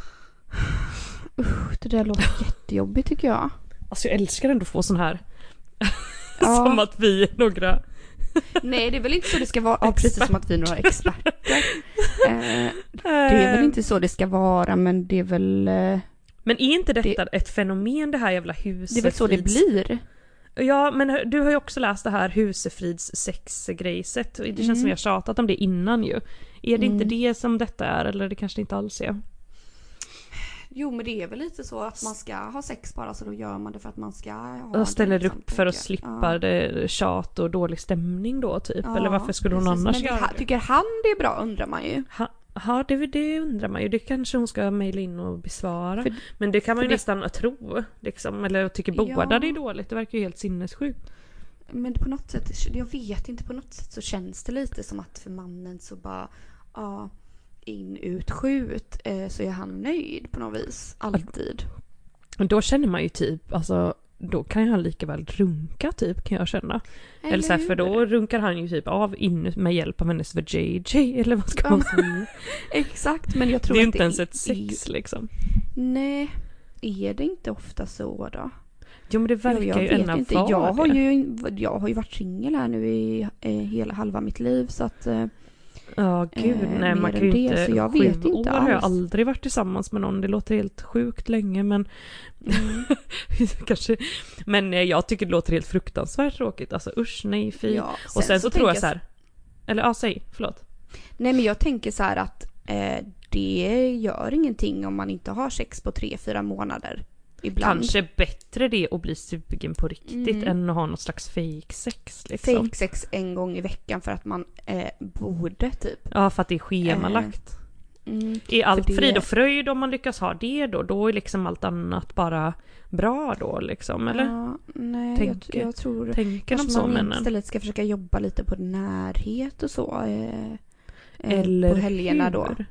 Usch, det där låter jättejobbigt tycker jag. Alltså jag älskar ändå att få sån här Ja. som att vi är några Nej, det är väl inte så det ska vara. Ja, precis som att vi är några experter. Eh, det är väl inte så det ska vara, men det är väl... Eh, Men är inte detta ett fenomen det här jävla huset? det är väl så det blir. Ja, men du har ju också läst det här Husefrids sexgrejset. Det känns Mm. som jag tjatat om det innan ju. Är det Mm. inte det som detta är? Eller det kanske inte alls är? Jo, men det är väl lite så att man ska ha sex bara, så då gör man det för att man ska ha Jag ställer det, liksom, upp för att tänker jag. slippa Ja. det tjat och dålig stämning då typ. Ja, Eller varför skulle hon precis. annars Men vill göra han, det? tycker han det är bra, undrar man ju. Ha, ha, det, det undrar man ju. Det kanske hon ska mejla in och besvara. För- men det kan man ju för det- nästan tro. Liksom. Eller tycker båda Ja. det är dåligt. Det verkar ju helt sinnessjukt. Men på något sätt, jag vet inte, på något sätt så känns det lite som att för mannen så bara, ja, in, ut, skjut, eh, så är han nöjd på något vis, alltid. Och då känner man ju typ, alltså då kan ju han lika väl runka typ kan jag känna. Eller, så här, för då runkar han ju typ av in med hjälp av hennes V J J eller vad ska man säga. Exakt, men jag tror Det är att inte ens är- ett sex liksom. Nej, är det inte ofta så då? Jo men det verkar jag, jag ju vet ända inte. vara Jag har, det. ju, jag har ju varit singel här nu i eh, hela halva mitt liv, så att eh, Ja gud, eh, nej man mer kan ju än det, inte, så jag sju vet inte år har jag alls. aldrig varit tillsammans med någon, det låter helt sjukt länge men mm, kanske, men eh, jag tycker det låter helt fruktansvärt tråkigt, alltså usch nej fy. ja. Och sen så, tror jag tänker så här, eller ja säg, förlåt. Nej, men jag tänker så här att eh, det gör ingenting om man inte har sex på tre, fyra månader. Ibland. Kanske bättre det att bli sugen på riktigt Mm. än att ha något slags fake sex liksom. Fake sex en gång i veckan för att man eh, borde typ. Ja, för att det är schemalagt. Mm. Är allt för det- frid och fröjd om man lyckas ha det då? Då är liksom allt annat bara bra då liksom, eller? Ja, nej, Tänker- jag, jag tror Tänker de kanske så man männen? istället ska försöka jobba lite på närhet och så. Eh, eh, Eller på helgerna då. hur?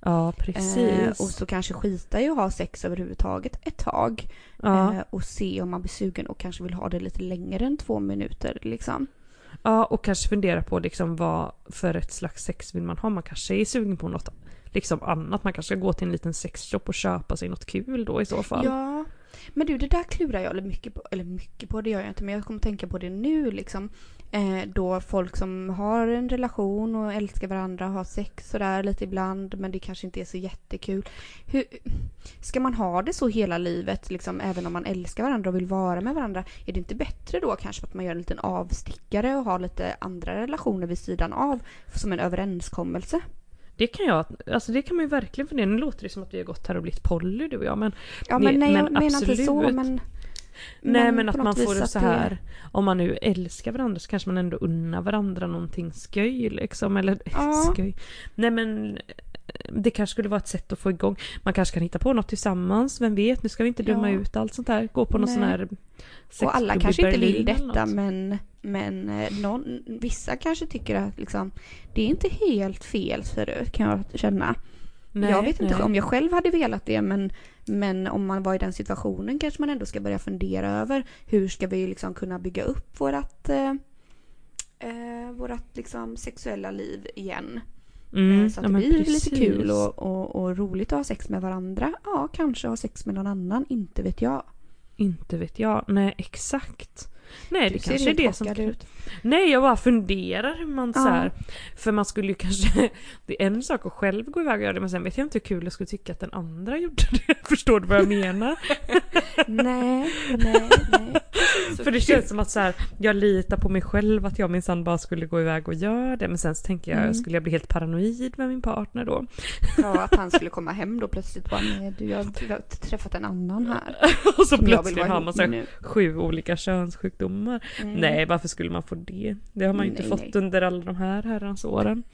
Ja, precis. Eh, och så kanske skita i att ha sex överhuvudtaget ett tag. Ja. Eh, och se om man blir sugen och kanske vill ha det lite längre än två minuter liksom. Ja, och kanske fundera på liksom vad för ett slags sex vill man ha. Man kanske är sugen på något liksom annat. Man kanske ska gå till en liten sexshop och köpa sig något kul då i så fall. Ja, men du, det där klurar jag mycket på. Eller mycket på, det gör jag inte. Men jag kommer tänka på det nu liksom. Eh, då folk som har en relation och älskar varandra har sex sådär lite ibland. Men det kanske inte är så jättekul. Hur, ska man ha det så hela livet liksom, även om man älskar varandra och vill vara med varandra? Är det inte bättre då kanske att man gör en liten avstickare och har lite andra relationer vid sidan av som en överenskommelse? Det kan jag, alltså det kan man ju verkligen fundera. Nu låter det som att vi har gått här och blivit poly, du och jag. Men, ja, men nej, jag men menar absolut. inte så, men... Nej, men men att på man något får vis det att så här, om man nu älskar varandra så kanske man ändå unnar varandra någonting sköj liksom, eller Ja. sköj. Nej, men det kanske skulle vara ett sätt att få igång. Man kanske kan hitta på något tillsammans, vem vet, nu ska vi inte döma Ja. ut allt sånt här. Gå på någon Nej. sån här Och alla sexklubb i kanske inte Berlin vill eller detta, något. men, men eh, någon, vissa kanske tycker att liksom, det är inte helt fel för det, kan jag känna. Nej, jag vet inte nej. om jag själv hade velat det, men, men om man var i den situationen kanske man ändå ska börja fundera över hur ska vi liksom kunna bygga upp vårat, eh, eh, vårat liksom sexuella liv igen. Mm, Eh, så att ja, det men blir precis. lite kul och, och, och roligt att ha sex med varandra. Ja, kanske ha sex med någon annan, inte vet jag. Inte vet jag. Nej, exakt. Nej, Du det ser kanske är helt det som... chockad ut. Nej, jag bara funderar hur man Ja. så här, för man skulle ju kanske, det är en sak att själv gå iväg och göra det, men sen vet jag inte hur kul jag skulle tycka att den andra gjorde det. Förstår du vad jag menar? Nej, nej, nej. För det känns som att så här, jag litar på mig själv att jag minsann bara skulle gå iväg och göra det, men sen så tänker jag, Mm. skulle jag bli helt paranoid med min partner då? Ja, att han skulle komma hem då plötsligt bara, nej du, jag har träffat en annan här. Och så som jag vill plötsligt vara har ihop man så med här, nu. sju olika könssjukdomar. Mm. Nej, varför skulle man få det? Det har man ju inte Nej, fått nej. under alla de här herrans åren.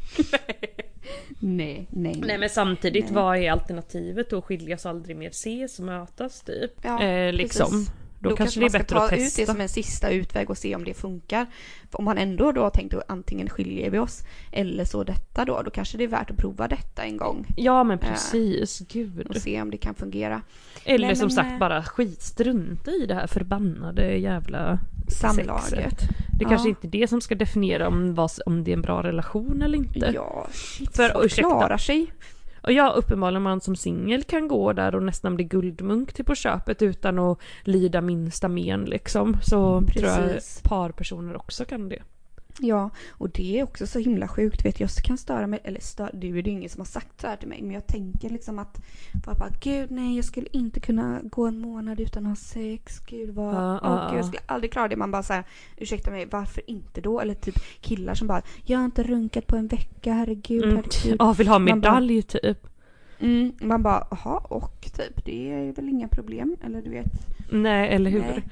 Nej, nej. Nej, men samtidigt, Nej. vad är alternativet då? Skiljas aldrig mer, ses och mötas typ. Ja, eh, liksom. precis. Då, Då kanske det är man ska bättre ta att ut det testa. som en sista utväg och se om det funkar. För om man ändå då har tänkt att antingen skiljer vi oss eller så detta då, då kanske det är värt att prova detta en gång Ja, men precis. Gud. och se om det kan fungera. Eller Nej, som men, sagt eh, bara skitstrunta i det här förbannade jävla Samlaget. sexet. Det Ja. kanske inte är det som ska definiera om, vad, om det är en bra relation eller inte. Ja, shit, För, folk ursäkta. klarar sig. Och ja, uppenbarligen man som singel kan gå där och nästan bli guldmunk till på köpet utan att lida minsta men liksom. Så tror jag Precis. parpersoner också kan det. Ja, och det är också så himla sjukt. Vet jag kan störa mig, eller stör, det är ju ingen som har sagt så här till mig, men jag tänker liksom att bara, bara gud nej, jag skulle inte kunna gå en månad utan att ha sex. Gud vad, Ja, åh, ja, gud, jag ja. skulle aldrig klara det. Man bara säger, ursäkta mig, varför inte då? Eller typ killar som bara, jag har inte runkat på en vecka, herregud, Mm. herregud. Ja, vill ha Man bara- medalj typ. Mm, man bara, jaha, och typ, det är väl inga problem, eller du vet. Nej, eller hur? Nej.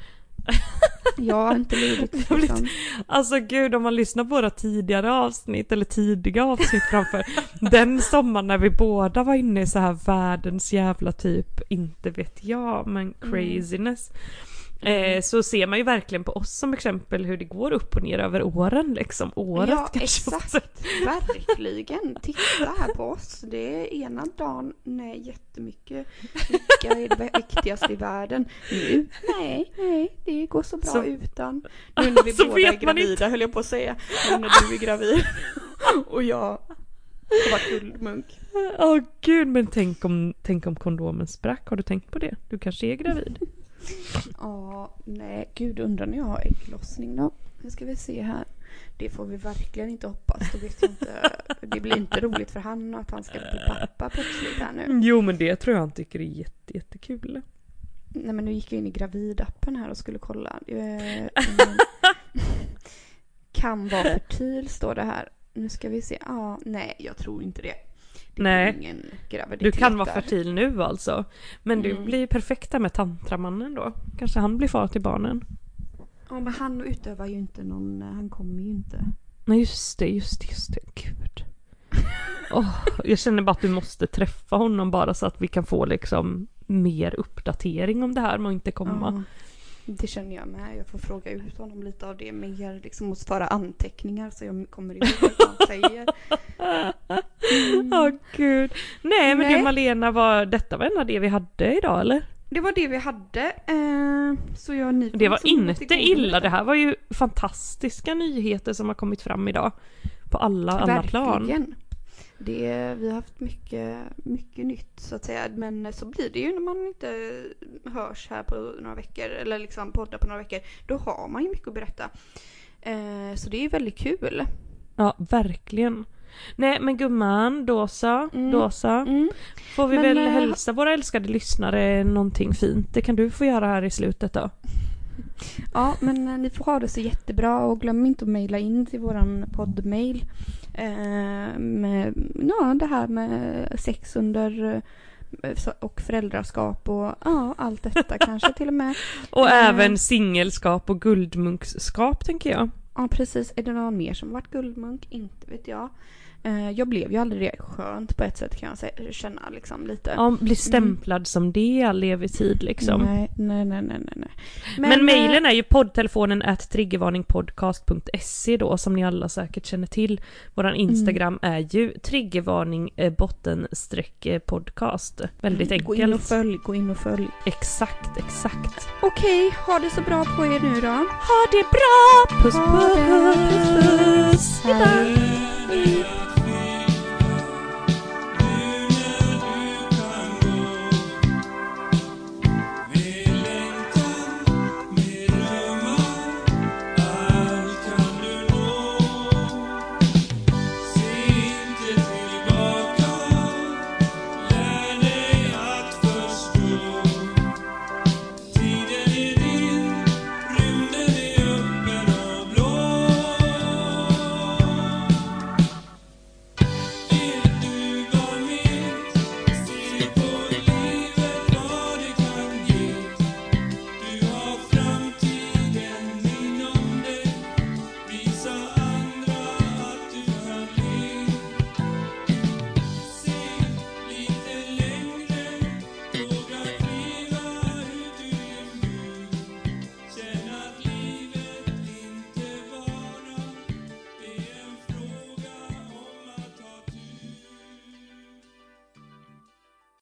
Jag har inte lidit Det har blivit- liksom. Alltså gud, om man lyssnar på våra tidigare avsnitt eller tidiga avsnitt framför den sommaren när vi båda var inne i så här världens jävla typ, inte vet jag, men craziness. Eh, så ser man ju verkligen på oss som exempel hur det går upp och ner över åren liksom. Året Ja, kanske. exakt. Verkligen. Titta här på oss. Det är ena dagen, nej, jättemycket. Vilka är det viktigaste i världen? Nu, nej, nej, det går så bra Så- utan. Nu när vi Så båda är vet man gravida, inte. höll jag på att säga. Nu när du är gravid och jag får vara guldmunk. Åh gud, men tänk om, tänk om kondomen sprack. Har du tänkt på det? Du kanske är gravid. Ja, nej, gud, undrar när jag har ägglossning då. Nu ska vi se här. Det får vi verkligen inte hoppas. Då vet jag inte. Det blir inte roligt för han att han ska bli pappa plötsligt här nu. Jo, men det tror jag han tycker är jätte, jättekul. Nej, men nu gick jag in i gravidappen här och skulle kolla. Eh, mm. Kan vara fertil står det här. Nu ska vi se. Ja, nej, jag tror inte det. Det är Nej. ingen graviditet Du kan vara där. fertil nu alltså. Men du Mm. blir ju perfekta med tantramannen då. Kanske han blir far till barnen. Ja, men han utövar ju inte någon, han kommer ju inte. Nej, just det, just det, just det. Gud. Oh, jag känner bara att du måste träffa honom bara så att vi kan få liksom mer uppdatering om det här med att inte komma. Det känner jag med. Jag får fråga ut honom lite av det mer. Liksom måste föra anteckningar så jag kommer ihåg vad han säger. Mm. Åh gud. Nej men Nej. du Malena, var, detta var en av det vi hade idag eller? Det var det vi hade. Eh, så jag ni Det var inte illa. Det här var ju fantastiska nyheter som har kommit fram idag. På alla, alla plan. Verkligen. Det, vi har haft mycket, mycket nytt så att säga. Men så blir det ju när man inte hörs här på några veckor. Eller liksom poddar på några veckor. Då har man ju mycket att berätta. Eh, så det är väldigt kul. Ja, verkligen. Nej men gumman, då så, Mm. då så. Mm. Får vi Men, väl eh, hälsa våra älskade lyssnare någonting fint. Det kan du få göra här i slutet då. Ja, men eh, ni får ha det så jättebra och glöm inte att mejla in till våran poddmail eh, med ja, det här med sex under eh, så- och föräldraskap och ja, allt detta kanske till och med. Och Eh. även singelskap och guldmunkskap tänker jag. Ja, precis. Är det någon mer som varit guldmunk? Inte vet jag. Eh, jag blev ju aldrig det. Skönt på ett sätt kan jag säga, känna liksom lite. Ja, bli stämplad som det i all evig tid liksom. Nej, nej, nej, nej, nej, nej. Men, eh, mejlen är ju poddtelefonen at triggervarningpodcast punkt se då, som ni alla säkert känner till. Våran Instagram Mm. är ju triggervarning eh, bottenstreck eh, podcast. Väldigt Gå in och enkelt. följ, gå in och följ. Exakt, exakt. Okej, ha det så bra på er nu då. Ha det bra! Puss Ha det. puss!